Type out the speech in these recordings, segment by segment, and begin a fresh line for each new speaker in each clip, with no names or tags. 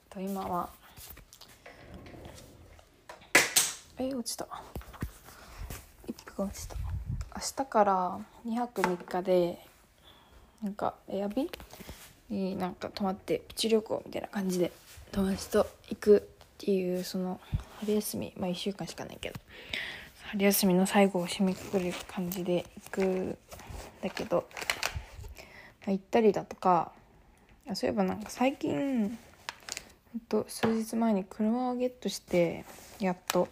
今は落ちた1分落ちた。明日から2泊3日でなんかエアビになんか泊まってプチ旅行みたいな感じで友達と行くっていう、その春休み、1週間しかないけど春休みの最後を締めくくる感じで行くんだけど、行ったりだとか、そういえばなんか最近数日前に車をゲットしてやっと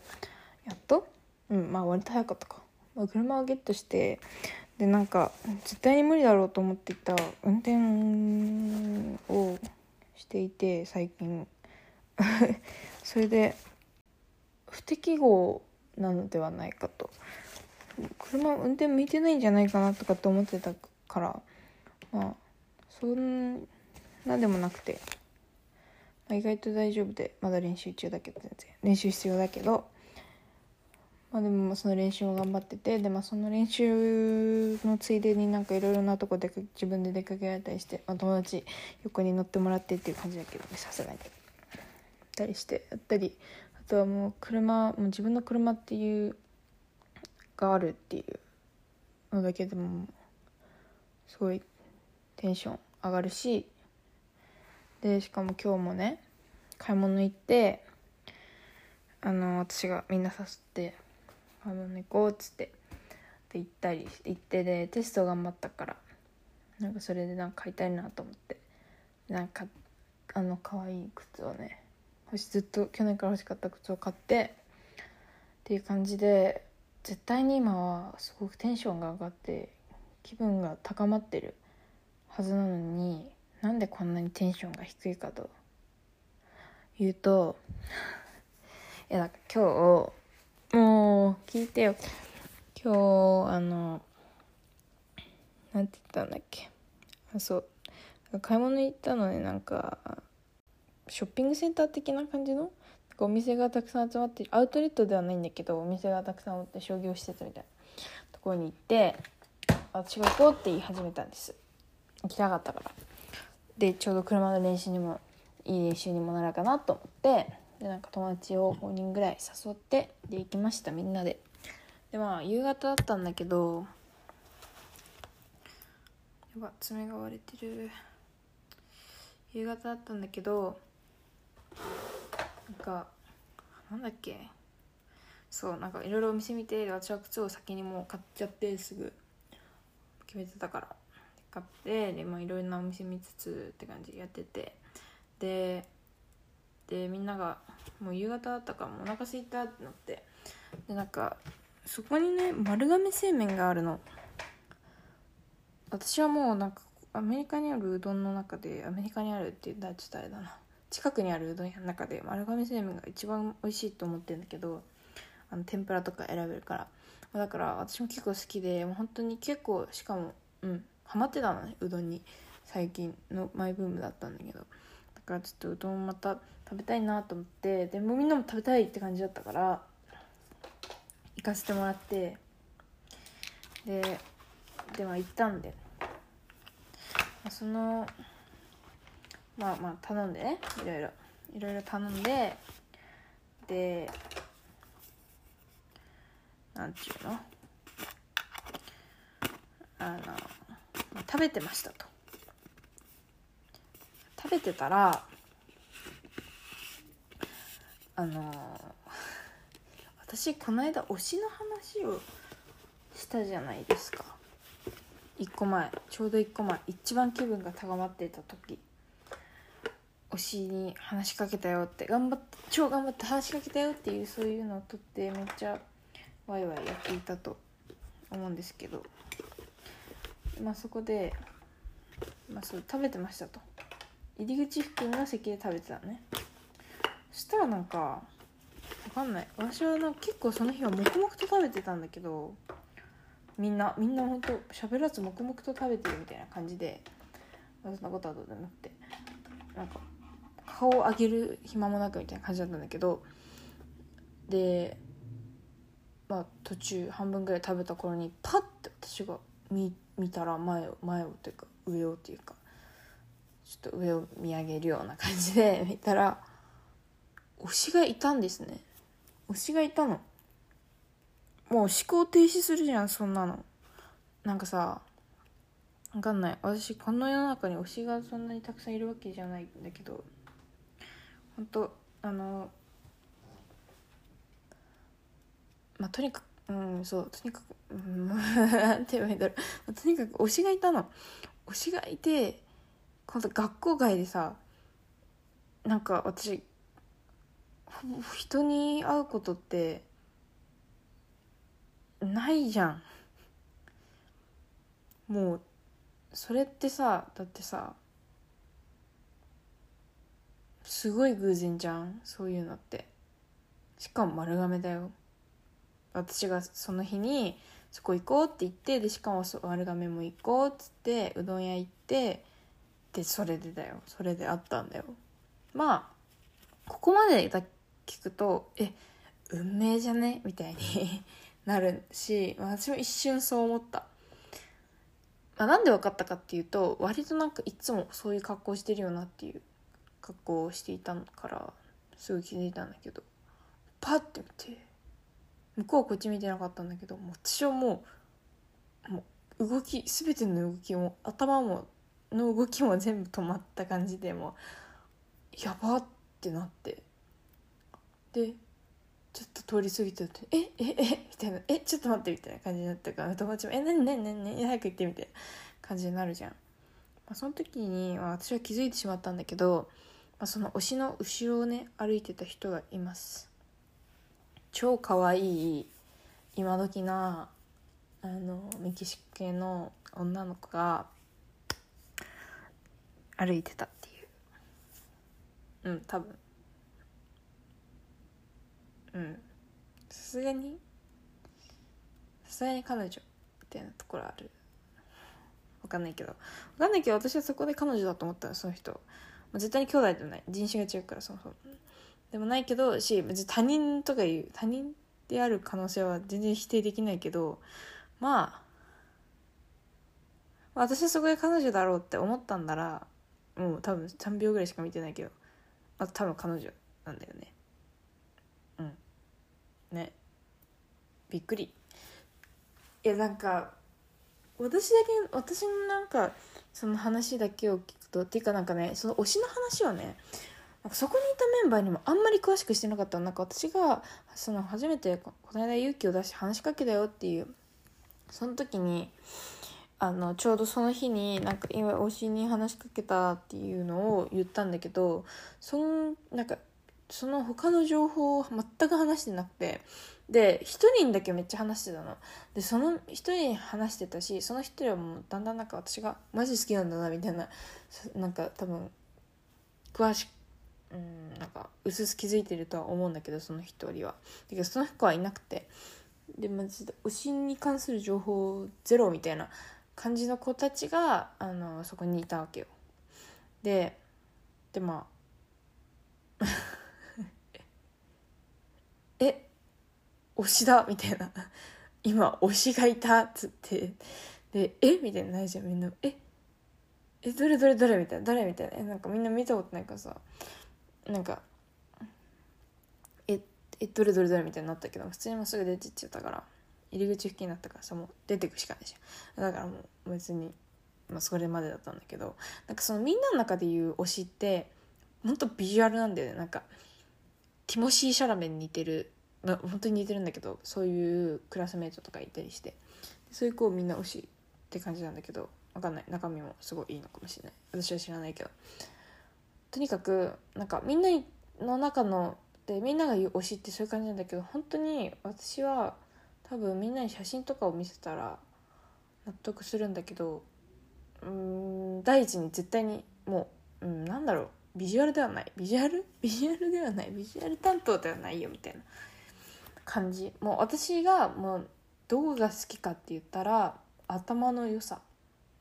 割と早かったか、車をゲットして、でなんか絶対に無理だろうと思っていた運転をしていて最近それで不適合なのではないかと、車運転向いてないんじゃないかなとかって思ってたから、そんなでもなくて、意外と大丈夫で、まだ練習中だけど、全然練習必要だけど、でもその練習を頑張ってて、でその練習のついでになんかいろいろなとこで自分で出かけられたりして、友達横に乗ってもらってっていう感じだけどね、さすがにたりしてやったり、あとはもう自分の車っていうがあるっていうのだけでもすごいテンション上がるし、でしかも今日もね買い物行って、私がみんな誘って買い物行こうっつってで行ってでテスト頑張ったから、なんかそれでなんか買いたいなと思って、なんか可愛い靴をね、ずっと去年から欲しかった靴を買ってっていう感じで、絶対に今はすごくテンションが上がって気分が高まってるはずなのに、なんでこんなにテンションが低いかというと、なんか今日もう聞いてよ、今日なんて言ったんだっけ、買い物行ったのに、なんかショッピングセンター的な感じのお店がたくさん集まっている、アウトレットではないんだけどお店がたくさんあって商業施設みたいなところに行って、私が行こうって言い始めたんです。行きたかったから。でちょうど車の練習にもいい練習にもなるかなと思って、でなんか友達を5人ぐらい誘ってで行きました、みんなで。で夕方だったんだけど、やば爪が割れてる。夕方だったんだけど、なんだっけ、なんかいろいろお店見て、私は靴を先にもう買っちゃってすぐ決めてたから買って、でいろいろなお店見つつって感じでやってて、でみんながもう夕方だったからもうお腹空いたってなって、でなんかそこにね丸亀製麺があるの。私はもうなんかアメリカにあるうどんの中で、アメリカにあるって言ったらちょっとあれだな、近くにあるうどん屋の中で丸亀製麺が一番美味しいと思ってるんだけど、天ぷらとか選べるから、だから私も結構好きで、もう本当に結構、しかもハマってたのね、うどんに。最近のマイブームだったんだけど、だからちょっとうどんまた食べたいなと思って、でもみんなも食べたいって感じだったから行かせてもらって、で行ったんで、その頼んでね、いろいろ頼んで、でなんていうの、食べてましたと。食べてたら私この間推しの話をしたじゃないですか。ちょうど1個前、一番気分が高まっていた時、推しに話しかけたよって、超頑張って話しかけたよっていう、そういうのを撮ってめっちゃワイワイやっていたと思うんですけど、そこで、食べてましたと。入り口付近の席で食べてたのね。そしたらなんかわかんない、私は結構その日は黙々と食べてたんだけど、みんなほんと喋らず黙々と食べてるみたいな感じで、そんなことはどうでもなくて、なんか顔を上げる暇もなくみたいな感じだったんだけど、で途中半分ぐらい食べた頃にパッて私が見たら、前をというか上をというか、ちょっと上を見上げるような感じで見たら、 推しがいたんですね。推しがいたの。もう思考停止するじゃんそんなの。なんかさ、わかんない、私この世の中に推しがそんなにたくさんいるわけじゃないんだけど、ほんとまあとにかくそうとにかくなんて言えばいいんだろう、とにかく推しがいたの。推しがいて、今度学校外でさ、なんか私人に会うことってないじゃん。もうそれってさ、だってさすごい偶然じゃん、そういうのって。しかも丸亀だよ。私がその日にそこ行こうって言って、でしかも丸亀も行こうっつってうどん屋行って、でそれでだよ、それで会ったんだよ。まあここまでだ聞くと運命じゃねみたいになるし、私も一瞬そう思った。なんで分かったかっていうと、割となんかいつもそういう格好してるよなっていう格好をしていたからすぐ気づいたんだけど、パッて見て、向こうはこっち見てなかったんだけど、もう私はもう動き、全ての動きも頭もの動きも全部止まった感じで、もうやばってなって、でちょっと通り過ぎててみたいな、ちょっと待ってみたいな感じになったから、友達も何早く行ってみたいな感じになるじゃん。その時に、私は気づいてしまったんだけど、その推しの後ろをね歩いてた人がいます。超可愛い今時なメキシコ系の女の子が歩いてたっていう。多分さすがに彼女みたいなところある。わかんないけど私はそこで彼女だと思ったの、その人。絶対に兄弟でもない、人種が違うから、そもそもでもないけどし、別に他人である可能性は全然否定できないけど、私はそこで彼女だろうって思ったんなら、もう多分3秒ぐらいしか見てないけど、多分彼女なんだよね。ね、びっくり。いやなんか私のなんかその話だけを聞くと、っていうかなんかね、その推しの話をね、なんかそこにいたメンバーにもあんまり詳しくしてなかった。なんか私がその初めてこの間勇気を出して話しかけたよっていう、その時にちょうどその日になんか今推しに話しかけたっていうのを言ったんだけど、なんかその他の情報を全く話してなくて、で一人だけめっちゃ話してたので、その一人話してたし、その一人はもうだんだんなんか私がマジ好きなんだなみたいな、なんか多分詳しくなんか薄々気づいてるとは思うんだけど、その一人は。だけどその子はいなくて、でマジで推しに関する情報ゼロみたいな感じの子たちがそこにいたわけよ。で推しだみたいな今推しがいたっつって、でみたいななるじゃん、みんな。どれみたいな、誰みたいな、なんかみんな見たことないからさ、なんかどれみたいになったけど、普通にもうすぐ出てっちゃったから、入り口付近になったからさ、もう出てくしかないじゃん。だからもう別にそれまでだったんだけど、なんかそのみんなの中で言う推しってほんとビジュアルなんだよね。なんかティモシー・シャラメに似てる、本当に似てるんだけど、そういうクラスメートとかいたりして、そういう子をみんな推しって感じなんだけど、わかんない、中身もすごいいいのかもしれない、私は知らないけど。とにかくなんかみんなの中のでみんなが言う推しってそういう感じなんだけど、本当に私は多分みんなに写真とかを見せたら納得するんだけど、第一に絶対にもう、なんだろう、ビジュアルではない、ビジュアルではない、ビジュアル担当ではないよみたいな感じ。もう私がもうどこが好きかって言ったら頭の良さ。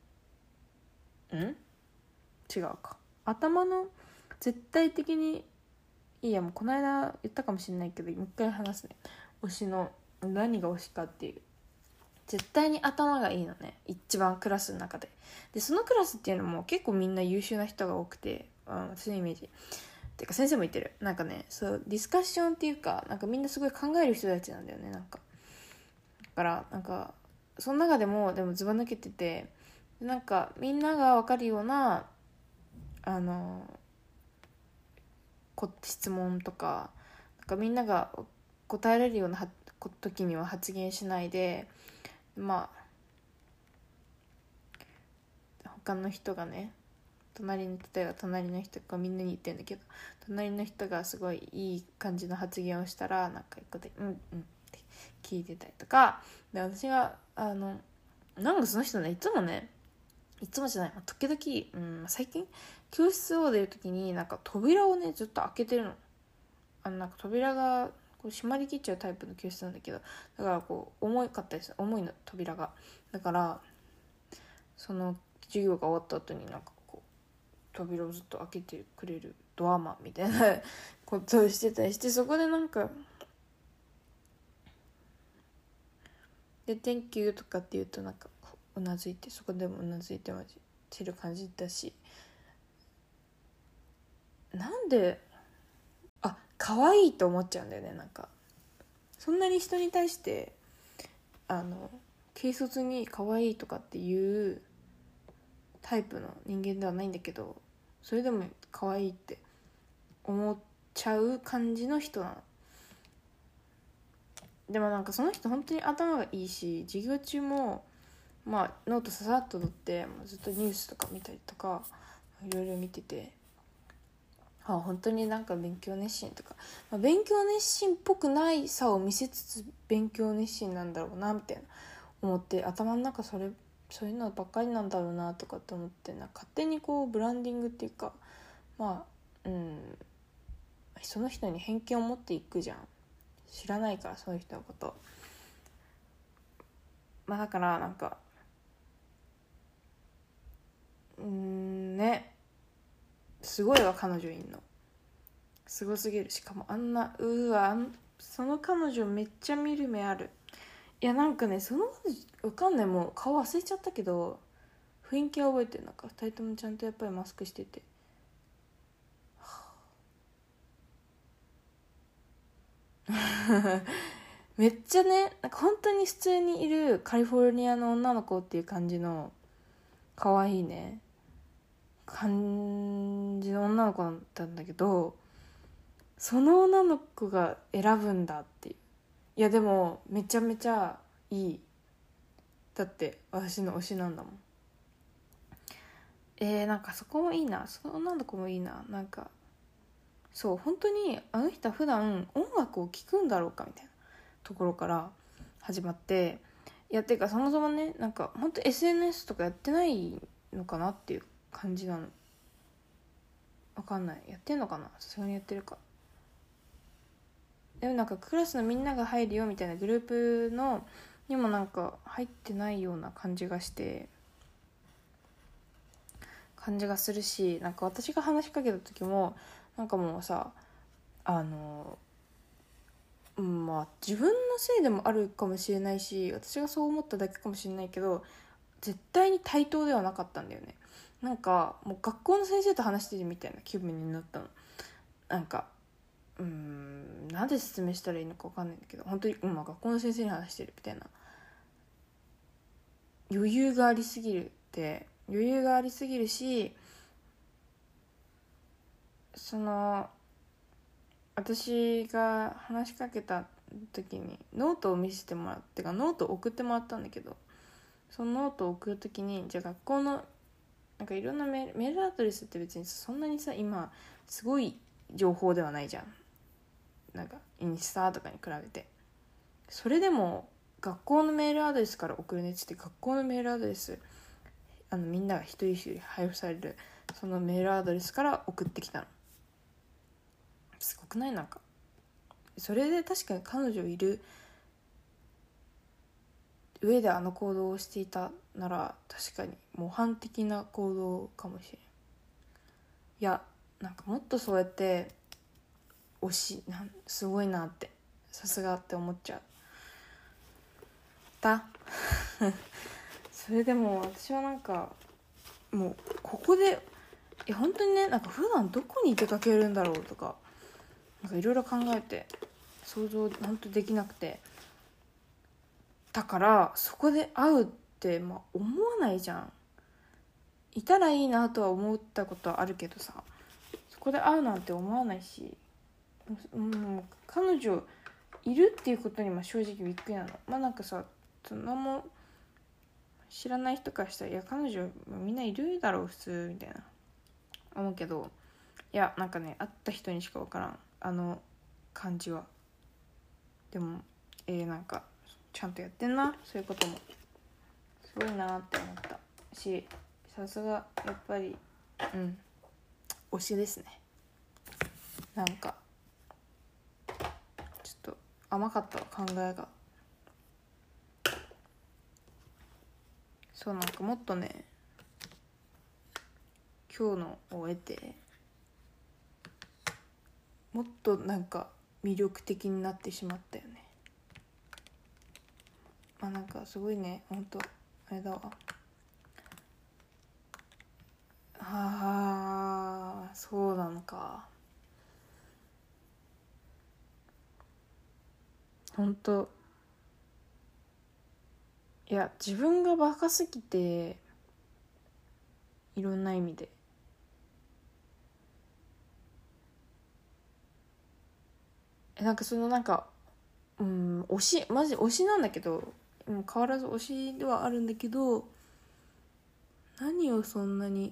違うか、頭の絶対的にいいや、もうこの間言ったかもしれないけどもう一回話すね。推しの何が推しかっていう、絶対に頭がいいのね、一番クラスの中で。でそのクラスっていうのも結構みんな優秀な人が多くて、私のイメージてか先生も言ってる、なんかね、そうディスカッションっていうか、なんかみんなすごい考える人たちなんだよね。なんかだからなんかその中でもずば抜けてて、なんかみんなが分かるような質問とか、なんかみんなが答えられるような時には発言しないで、まあ他の人がね、例えば隣の人がみんなに言ってるんだけど、隣の人がすごいいい感じの発言をしたら、なんか一個でうんうんって聞いてたりとかで、私がなんかその人ね、いつもじゃない、時々、最近教室を出る時になんか扉をねずっと開けてるの。なんか扉がこう閉まりきっちゃうタイプの教室なんだけど、だからこう重かったりする、重いの扉が。だからその授業が終わった後になんかこう扉をずっと開けてくれるドアマンみたいなことをしてたりして、そこでなんかで Thank you とかって言うとなんかうなずいて、そこでもうなずいてまじる感じだし、なんで可愛いと思っちゃうんだよね。なんかそんなに人に対して軽率に可愛いとかっていうタイプの人間ではないんだけど、それでも可愛いって思っちゃう感じの人なの。でもなんかその人本当に頭がいいし、授業中もノートささっと取ってずっとニュースとか見たりとかいろいろ見てて、本当になんか勉強熱心とか、勉強熱心っぽくないさを見せつつ勉強熱心なんだろうなみたいな思って、頭の中そういうのばっかりなんだろうなとかって思って、勝手にこうブランディングっていうか、その人に偏見を持っていくじゃん。知らないからその人のこと。だからなんかね、すごいわ彼女いんの。すごすぎる。しかもその彼女めっちゃ見る目ある。いやなんかね、そのわかんない、もう顔忘れちゃったけど雰囲気は覚えてる。なんか2人ともちゃんとやっぱりマスクしてて、めっちゃね、なんか本当に普通にいるカリフォルニアの女の子っていう感じの可愛いね感じの女の子だったんだけど、その女の子が選ぶんだっていう。いやでもめちゃめちゃいい。だって私の推しなんだもん。なんかそこもいいな、その女の子もいいな。なんかそう、本当にあの人は普段音楽を聴くんだろうかみたいなところから始まって、いやてかそもそもね、なんか本当 SNS とかやってないのかなっていう感じなの。わかんない、やってんのかな、さすがにやってるか。でもなんかクラスのみんなが入るよみたいなグループのにもなんか入ってないような感じがするし、なんか私が話しかけた時もなんかもうさ、自分のせいでもあるかもしれないし、私がそう思っただけかもしれないけど、絶対に対等ではなかったんだよね。なんかもう学校の先生と話してるみたいな気分になったの。なんかなんで説明したらいいのか分かんないんだけど、本当に、学校の先生に話してるみたいな、余裕がありすぎるし、私が話しかけた時にノートを見せてもらってか、ノートを送ってもらったんだけど、そのノートを送る時に、じゃあ学校のなんかいろんなメールアドレスって別にそんなにさ、今すごい情報ではないじゃん。なんかインスタとかに比べて。それでも学校のメールアドレスから送るねって言って、学校のメールアドレスみんなが一人一人配布されるそのメールアドレスから送ってきたの。すごくない？なんかそれで確かに彼女いる上であの行動をしていたなら、確かに模範的な行動かもしれん。いやなんかもっとそうやってすごいなって、さすがって思っちゃったそれでも私はなんかもうここで本当にね、なんか普段どこに出かけるんだろうとか、なんかいろいろ考えて想像本当できなくて、だからそこで会うって思わないじゃん。いたらいいなとは思ったことはあるけどさ、そこで会うなんて思わないし、彼女いるっていうことに正直びっくりなの。なんかさ、何も知らない人からしたら、いや彼女みんないるだろう普通みたいな思うけど、いやなんかね、会った人にしか分からんあの感じは。でもなんかちゃんとやってんな、そういうこともすごいなって思ったし、さすがやっぱり推しですね。なんかちょっと甘かったわ、考えが。そう、なんかもっとね、今日のを得てもっとなんか魅力的になってしまったよね。なんかすごいね、ほんとあれだわ。そうなのか。ほんと、いや自分がバカすぎて、いろんな意味でなんか推し、マジ推しなんだけど、変わらず推しではあるんだけど、何をそんなに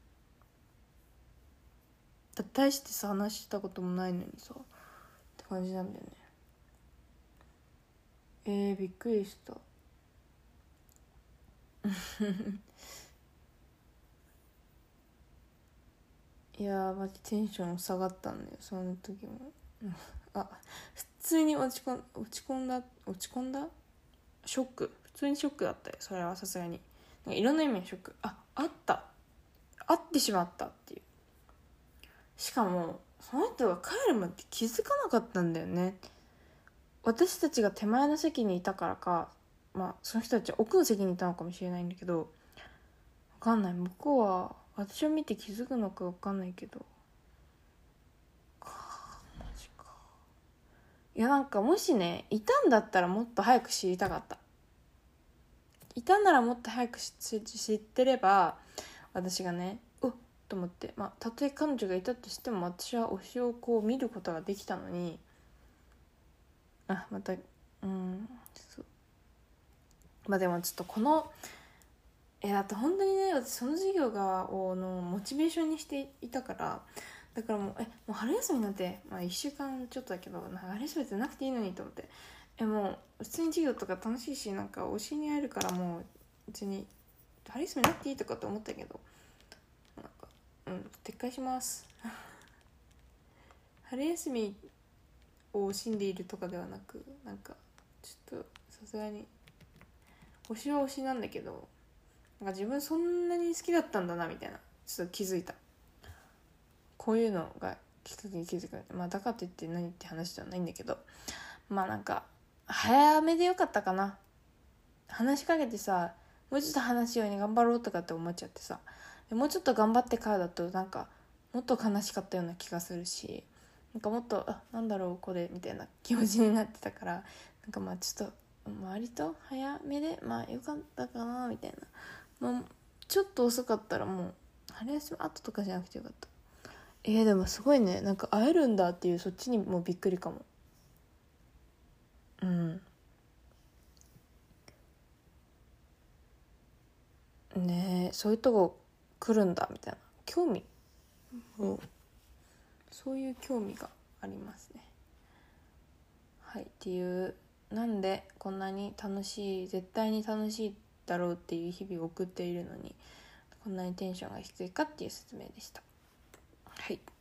大してさ話したこともないのにさって感じなんだよね。びっくりしたいやマジテンション下がったんだよ、その時も。普通に落ち込んだショック、普通にショックだったよ、それはさすがに。いろんな意味でショック。会ってしまったっていう。しかもその人が帰るまで気づかなかったんだよね。私たちが手前の席にいたからか、その人たちは奥の席にいたのかもしれないんだけど、分かんない、向こうは私を見て気づくのか分かんないけど、マジか。いやなんかもしね、いたんだったらもっと早く知りたかった。いたならもっと早く知ってれば、私がねと思って、たとえ彼女がいたとしても私は推しをこう見ることができたのに、でもちょっとこのだって本当にね、私その授業のモチベーションにしていたから、だからもう春休みなんて、1週間ちょっとだけど、春休みってなくていいのにと思って、もう普通に授業とか楽しいし、なんか推しに会えるから、もう別に春休みなくていいとかって思ったけど、撤回します春休みを惜しんでいるとかではなく、なんかちょっとさすがに推しは推しなんだけど、なんか自分そんなに好きだったんだなみたいな、ちょっと気づいた。こういうのがきっかけに気づく。だからといって何って話ではないんだけど、なんか早めでよかったかな。話しかけてさ、もうちょっと話すように頑張ろうとかって思っちゃってさ、もうちょっと頑張ってからだとなんかもっと悲しかったような気がするし、なんかもっとなんだろうこれみたいな気持ちになってたから、なんかちょっと割と早めでよかったかなみたいな。ちょっと遅かったらもう春休み後とかじゃなくてよかった。でもすごいね、なんか会えるんだっていう、そっちにもびっくりかも。ねえ、そういうとこ来るんだみたいな興味、そういう興味がありますね。はい、っていう、なんでこんなに絶対に楽しいだろうっていう日々を送っているのにこんなにテンションが低いかっていう説明でした。はい。